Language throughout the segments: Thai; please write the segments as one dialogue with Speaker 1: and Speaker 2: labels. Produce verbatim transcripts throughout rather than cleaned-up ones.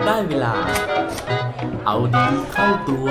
Speaker 1: ได้เวลาเอาดีเข้าตัว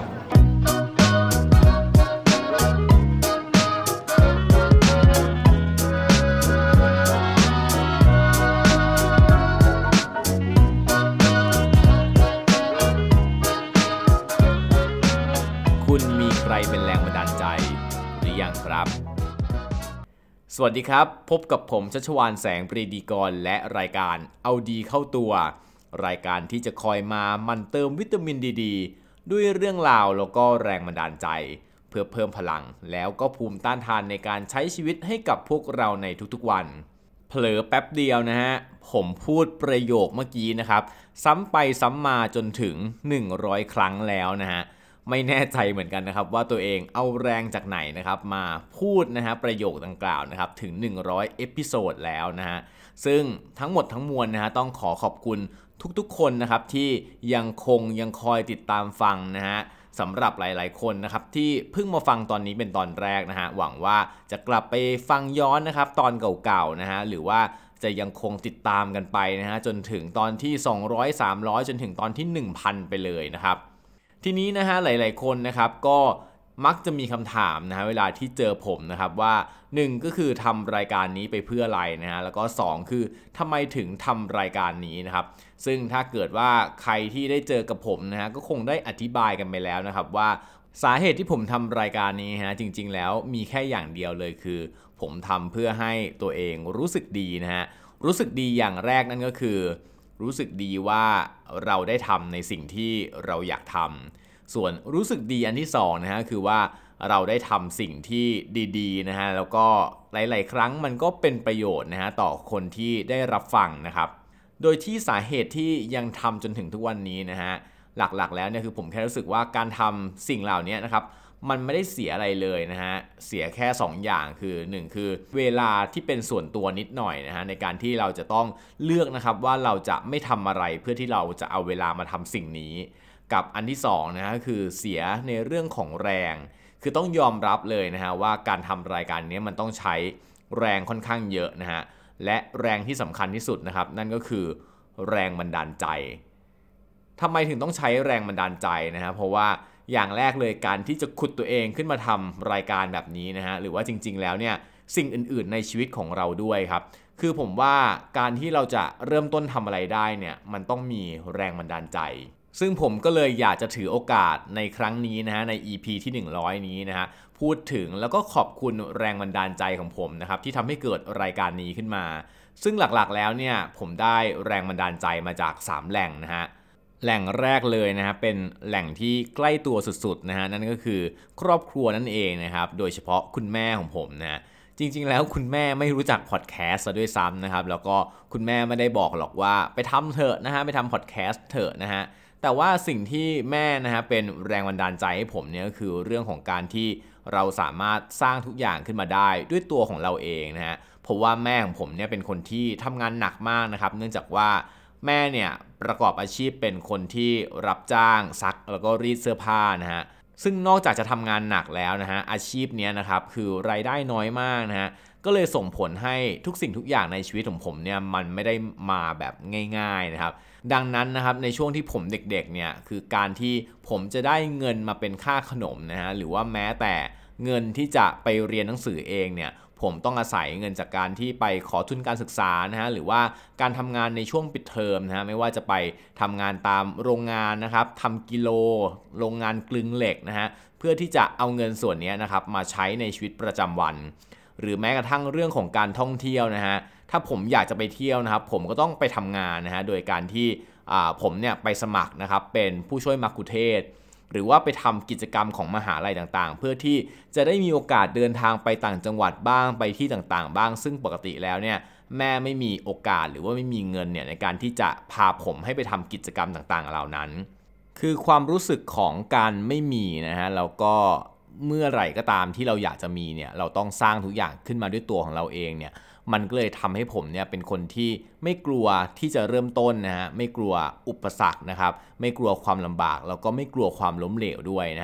Speaker 1: คุณมีใครเป็นแรงบันดาลใจหรือยังครับสวัสดีครับพบกับผมชัชวาลแสงปรีดีกรและรายการเอาดีเข้าตัวรายการที่จะคอยมามันเติมวิตามินดีดีด้วยเรื่องราวแล้วก็แรงบันดาลใจเพื่อเพิ่มพลังแล้วก็ภูมิต้านทานในการใช้ชีวิตให้กับพวกเราในทุกๆวันเผลอแป๊บเดียวนะฮะผมพูดประโยคเมื่อกี้นะครับซ้ำไปซ้ำมาจนถึงหนึ่งร้อยครั้งแล้วนะฮะไม่แน่ใจเหมือนกันนะครับว่าตัวเองเอาแรงจากไหนนะครับมาพูดนะฮะประโยคดังกล่าวนะครับถึงหนึ่งร้อยเอพิโซดแล้วนะฮะซึ่งทั้งหมดทั้งมวลนะฮะต้องขอขอบคุณทุกๆคนนะครับที่ยังคงยังคอยติดตามฟังนะฮะสำหรับหลายๆคนนะครับที่เพิ่งมาฟังตอนนี้เป็นตอนแรกนะฮะหวังว่าจะกลับไปฟังย้อนนะครับตอนเก่าๆนะฮะหรือว่าจะยังคงติดตามกันไปนะฮะจนถึงตอนที่สองร้อย สามร้อยจนถึงตอนที่ หนึ่งพัน ไปเลยนะครับทีนี้นะฮะหลายๆคนนะครับก็มักจะมีคำถามนะฮะเวลาที่เจอผมนะครับว่าหนึ่งก็คือทำรายการนี้ไปเพื่ออะไรนะฮะแล้วก็สองคือทำไมถึงทำรายการนี้นะครับซึ่งถ้าเกิดว่าใครที่ได้เจอกับผมนะฮะก็คงได้อธิบายกันไปแล้วนะครับว่าสาเหตุที่ผมทำรายการนี้ฮะจริงๆแล้วมีแค่อย่างเดียวเลยคือผมทำเพื่อให้ตัวเองรู้สึกดีนะฮะรู้สึกดีอย่างแรกนั่นก็คือรู้สึกดีว่าเราได้ทำในสิ่งที่เราอยากทำส่วนรู้สึกดีอันที่สองนะฮะคือว่าเราได้ทำสิ่งที่ดีๆนะฮะแล้วก็หลายๆครั้งมันก็เป็นประโยชน์นะฮะต่อคนที่ได้รับฟังนะครับโดยที่สาเหตุที่ยังทำจนถึงทุกวันนี้นะฮะหลักๆแล้วเนี่ยคือผมแค่รู้สึกว่าการทำสิ่งเหล่านี้นะครับมันไม่ได้เสียอะไรเลยนะฮะเสียแค่สองอย่างคือหนึ่งคือเวลาที่เป็นส่วนตัวนิดหน่อยนะฮะในการที่เราจะต้องเลือกนะครับว่าเราจะไม่ทำอะไรเพื่อที่เราจะเอาเวลามาทำสิ่งนี้กับอันที่สองนะฮะคือเสียในเรื่องของแรงคือต้องยอมรับเลยนะฮะว่าการทำรายการนี้มันต้องใช้แรงค่อนข้างเยอะนะฮะและแรงที่สำคัญที่สุดนะครับนั่นก็คือแรงบันดาลใจทำไมถึงต้องใช้แรงบันดาลใจนะฮะเพราะว่าอย่างแรกเลยการที่จะขุดตัวเองขึ้นมาทำรายการแบบนี้นะฮะหรือว่าจริงๆแล้วเนี่ยสิ่งอื่นๆในชีวิตของเราด้วยครับคือผมว่าการที่เราจะเริ่มต้นทำอะไรได้เนี่ยมันต้องมีแรงบันดาลใจซึ่งผมก็เลยอยากจะถือโอกาสในครั้งนี้นะฮะใน อี พี ที่หนึ่งร้อยนี้นะฮะพูดถึงแล้วก็ขอบคุณแรงบันดาลใจของผมนะครับที่ทำให้เกิดรายการนี้ขึ้นมาซึ่งหลักๆแล้วเนี่ยผมได้แรงบันดาลใจมาจากสามแหล่งนะฮะแหล่งแรกเลยนะฮะเป็นแหล่งที่ใกล้ตัวสุดๆนะฮะนั่นก็คือครอบครัวนั่นเองนะครับโดยเฉพาะคุณแม่ของผมนะจริงๆแล้วคุณแม่ไม่รู้จักพอดแคสต์ซะด้วยซ้ำนะครับแล้วก็คุณแม่ไม่ได้บอกหรอกว่าไปทำเถอะนะฮะไปทำพอดแคสต์เถอะนะฮะแต่ว่าสิ่งที่แม่นะฮะเป็นแรงบันดาลใจให้ผมเนี่ยก็คือเรื่องของการที่เราสามารถสร้างทุกอย่างขึ้นมาได้ด้วยตัวของเราเองนะฮะเพราะว่าแม่ของผมเนี่ยเป็นคนที่ทำงานหนักมากนะครับเนื่องจากว่าแม่เนี่ยประกอบอาชีพเป็นคนที่รับจ้างซักแล้วก็รีดเสื้อผ้านะฮะซึ่งนอกจากจะทำงานหนักแล้วนะฮะอาชีพนี้นะครับคือรายได้น้อยมากนะฮะก็เลยส่งผลให้ทุกสิ่งทุกอย่างในชีวิตของผมเนี่ยมันไม่ได้มาแบบง่ายๆนะครับดังนั้นนะครับในช่วงที่ผมเด็กๆเนี่ยคือการที่ผมจะได้เงินมาเป็นค่าขนมนะฮะหรือว่าแม้แต่เงินที่จะไปเรียนหนังสือเองเนี่ยผมต้องอาศัยเงินจากการที่ไปขอทุนการศึกษานะฮะหรือว่าการทำงานในช่วงปิดเทอมนะฮะไม่ว่าจะไปทำงานตามโรงงานนะครับทำกิโลโรงงานกลึงเหล็กนะฮะเพื่อที่จะเอาเงินส่วนนี้นะครับมาใช้ในชีวิตประจำวันหรือแม้กระทั่งเรื่องของการท่องเที่ยวนะฮะถ้าผมอยากจะไปเที่ยวนะครับผมก็ต้องไปทำงานนะฮะโดยการที่ผมเนี่ยไปสมัครนะครับเป็นผู้ช่วยมัคคุเทศก์หรือว่าไปทำกิจกรรมของมหาลัยต่างๆเพื่อที่จะได้มีโอกาสเดินทางไปต่างจังหวัดบ้างไปที่ต่างๆบ้างซึ่งปกติแล้วเนี่ยแม่ไม่มีโอกาสหรือว่าไม่มีเงินเนี่ยในการที่จะพาผมให้ไปทำกิจกรรมต่างๆเหล่านั้นคือความรู้สึกของการไม่มีนะฮะแล้วก็เมื่อไหร่ก็ตามที่เราอยากจะมีเนี่ยเราต้องสร้างทุกอย่างขึ้นมาด้วยตัวของเราเองเนี่ยมันก็เลยทำให้ผมเนี่ยเป็นคนที่ไม่กลัวที่จะเริ่มต้นนะฮะไม่กลัวอุปสรรคนะครับไม่กลัวความลำบากแล้วก็ไม่กลัวความล้มเหลวด้วยนะฮะ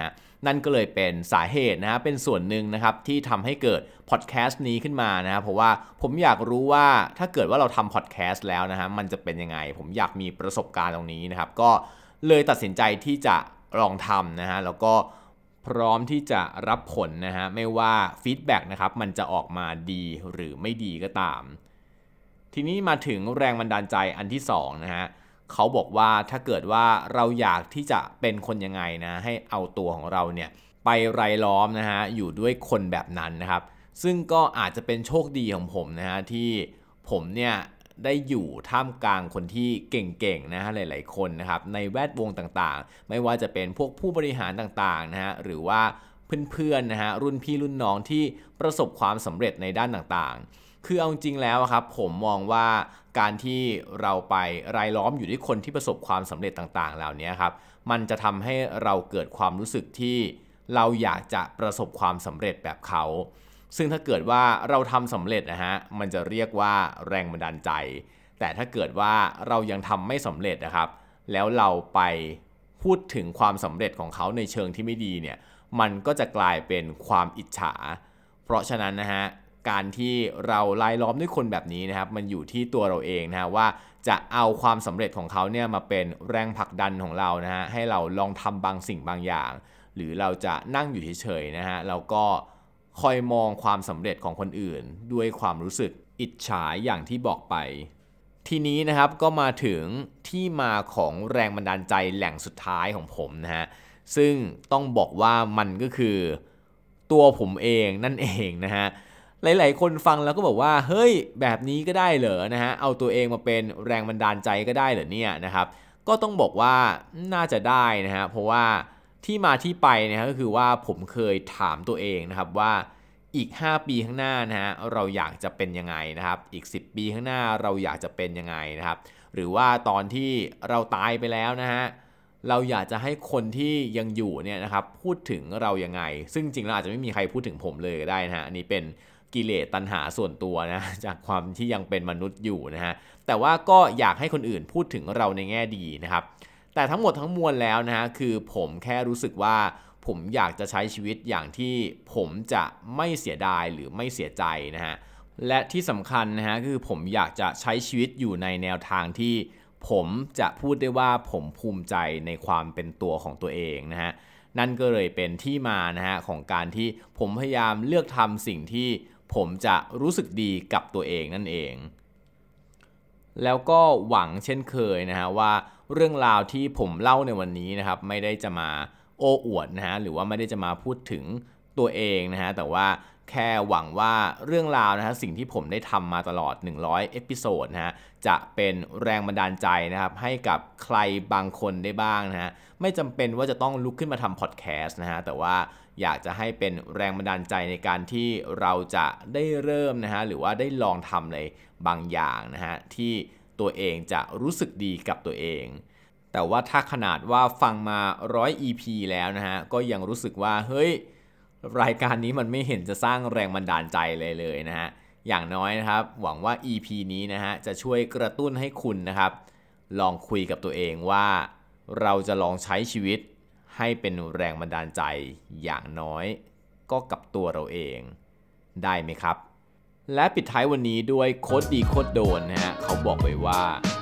Speaker 1: นั่นก็เลยเป็นสาเหตุนะฮะเป็นส่วนหนึ่งนะครับที่ทำให้เกิดพอดแคสต์นี้ขึ้นมานะเพราะว่าผมอยากรู้ว่าถ้าเกิดว่าเราทำพอดแคสต์แล้วนะฮะมันจะเป็นยังไงผมอยากมีประสบการณ์ตรงนี้นะครับก็เลยตัดสินใจที่จะลองทำนะฮะแล้วก็พร้อมที่จะรับผลนะฮะไม่ว่าฟีดแบ็กนะครับมันจะออกมาดีหรือไม่ดีก็ตามทีนี้มาถึงแรงบันดาลใจอันที่สองนะฮะเขาบอกว่าถ้าเกิดว่าเราอยากที่จะเป็นคนยังไงนะให้เอาตัวของเราเนี่ยไปรายล้อมนะฮะอยู่ด้วยคนแบบนั้นนะครับซึ่งก็อาจจะเป็นโชคดีของผมนะฮะที่ผมเนี่ยได้อยู่ท่ามกลางคนที่เก่งๆนะฮะหลายๆคนนะครับในแวดวงต่างๆไม่ว่าจะเป็นพวกผู้บริหารต่างๆนะฮะหรือว่าเพื่อนๆนะฮะรุ่นพี่รุ่นน้องที่ประสบความสำเร็จในด้านต่างๆคือเอาจริงแล้วครับผมมองว่าการที่เราไปรายล้อมอยู่ด้วยคนที่ประสบความสำเร็จต่างๆเหล่านี้ครับมันจะทำให้เราเกิดความรู้สึกที่เราอยากจะประสบความสำเร็จแบบเขาซึ่งถ้าเกิดว่าเราทำสำเร็จนะฮะมันจะเรียกว่าแรงบันดาลใจแต่ถ้าเกิดว่าเรายังทำไม่สำเร็จนะครับแล้วเราไปพูดถึงความสำเร็จของเขาในเชิงที่ไม่ดีเนี่ยมันก็จะกลายเป็นความอิจฉาเพราะฉะนั้นนะฮะการที่เรารายล้อมด้วยคนแบบนี้นะครับมันอยู่ที่ตัวเราเองนะฮะว่าจะเอาความสำเร็จของเขาเนี่ยมาเป็นแรงผลักดันของเรานะฮะให้เราลองทำบางสิ่งบางอย่างหรือเราจะนั่งอยู่เฉยๆนะฮะแล้วก็คอยมองความสำเร็จของคนอื่นด้วยความรู้สึกอิจฉาอย่างที่บอกไปทีนี้นะครับก็มาถึงที่มาของแรงบันดาลใจแหล่งสุดท้ายของผมนะฮะซึ่งต้องบอกว่ามันก็คือตัวผมเองนั่นเองนะฮะหลายๆคนฟังแล้วก็บอกว่าเฮ้ยแบบนี้ก็ได้เหรอนะฮะเอาตัวเองมาเป็นแรงบันดาลใจก็ได้เหรอเนี่ยนะครับก็ต้องบอกว่าน่าจะได้นะฮะเพราะว่าที่มาที่ไปนะฮะก็คือว่าผมเคยถามตัวเองนะครับว่าอีกห้าปีข้างหน้านะฮะเราอยากจะเป็นยังไงนะครับอีกสิบปีข้างหน้าเราอยากจะเป็นยังไงนะครับหรือว่าตอนที่เราตายไปแล้วนะฮะเราอยากจะให้คนที่ยังอยู่เนี่ยนะครับพูดถึงเรายังไงซึ่งจริงแล้วอาจจะไม่มีใครพูดถึงผมเลยก็ได้นะฮะอันนี้เป็นกิเลสตัณหาส่วนตัวนะจากความที่ยังเป็นมนุษย์อยู่นะฮะแต่ว่าก็อยากให้คนอื่นพูดถึงเราในแง่ดีนะครับแต่ทั้งหมดทั้งมวลแล้วนะฮะคือผมแค่รู้สึกว่าผมอยากจะใช้ชีวิตอย่างที่ผมจะไม่เสียดายหรือไม่เสียใจนะฮะและที่สำคัญนะฮะคือผมอยากจะใช้ชีวิตอยู่ในแนวทางที่ผมจะพูดได้ว่าผมภูมิใจในความเป็นตัวของตัวเองนะฮะนั่นก็เลยเป็นที่มานะฮะของการที่ผมพยายามเลือกทำสิ่งที่ผมจะรู้สึกดีกับตัวเองนั่นเองแล้วก็หวังเช่นเคยนะฮะว่าเรื่องราวที่ผมเล่าในวันนี้นะครับไม่ได้จะมาโอ้อวดนะฮะหรือว่าไม่ได้จะมาพูดถึงตัวเองนะฮะแต่ว่าแค่หวังว่าเรื่องราวนะฮะสิ่งที่ผมได้ทำมาตลอดหนึ่งร้อยเอพิโซดนะฮะจะเป็นแรงบันดาลใจนะครับให้กับใครบางคนได้บ้างนะฮะไม่จำเป็นว่าจะต้องลุกขึ้นมาทำพอดแคสต์นะฮะแต่ว่าอยากจะให้เป็นแรงบันดาลใจในการที่เราจะได้เริ่มนะฮะหรือว่าได้ลองทำอะไรบางอย่างนะฮะที่ตัวเองจะรู้สึกดีกับตัวเองแต่ว่าถ้าขนาดว่าฟังมาหนึ่งร้อย อี พี แล้วนะฮะก็ยังรู้สึกว่าเฮ้ยรายการนี้มันไม่เห็นจะสร้างแรงบันดาลใจเลยเลยนะฮะอย่างน้อยนะครับหวังว่า อี พี นี้นะฮะจะช่วยกระตุ้นให้คุณนะครับลองคุยกับตัวเองว่าเราจะลองใช้ชีวิตให้เป็นแรงบันดาลใจอย่างน้อยก็กับตัวเราเองได้ไหมครับและปิดท้ายวันนี้ด้วยโค้ดดีโค้ดโดนนะฮะเขาบอกไว้ว่า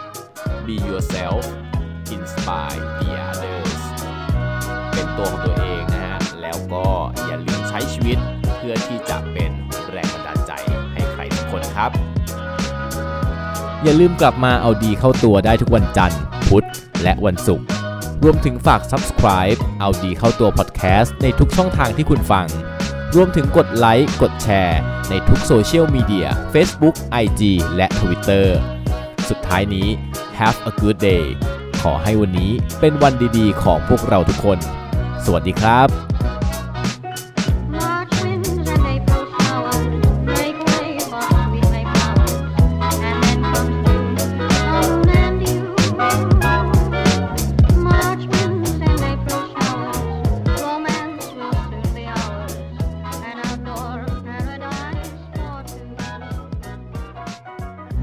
Speaker 1: be yourself inspire the others เป็นตัวของตัวเองนะฮะแล้วก็อย่าลืมใช้ชีวิตเพื่อที่จะเป็นแรงบันดาลใจให้ใครทุกคนครับอย่าลืมกลับมาเอาดีเข้าตัวได้ทุกวันจันทร์พุธและวันศุกร์รวมถึงฝาก Subscribe เอาดีเข้าตัว Podcast ในทุกช่องทางที่คุณฟังรวมถึงกดไลค์กดแชร์ในทุกโซเชียลมีเดีย Facebook ไอ จี และ Twitter สุดท้ายนี้ Have a good day ขอให้วันนี้เป็นวันดีๆของพวกเราทุกคนสวัสดีครับ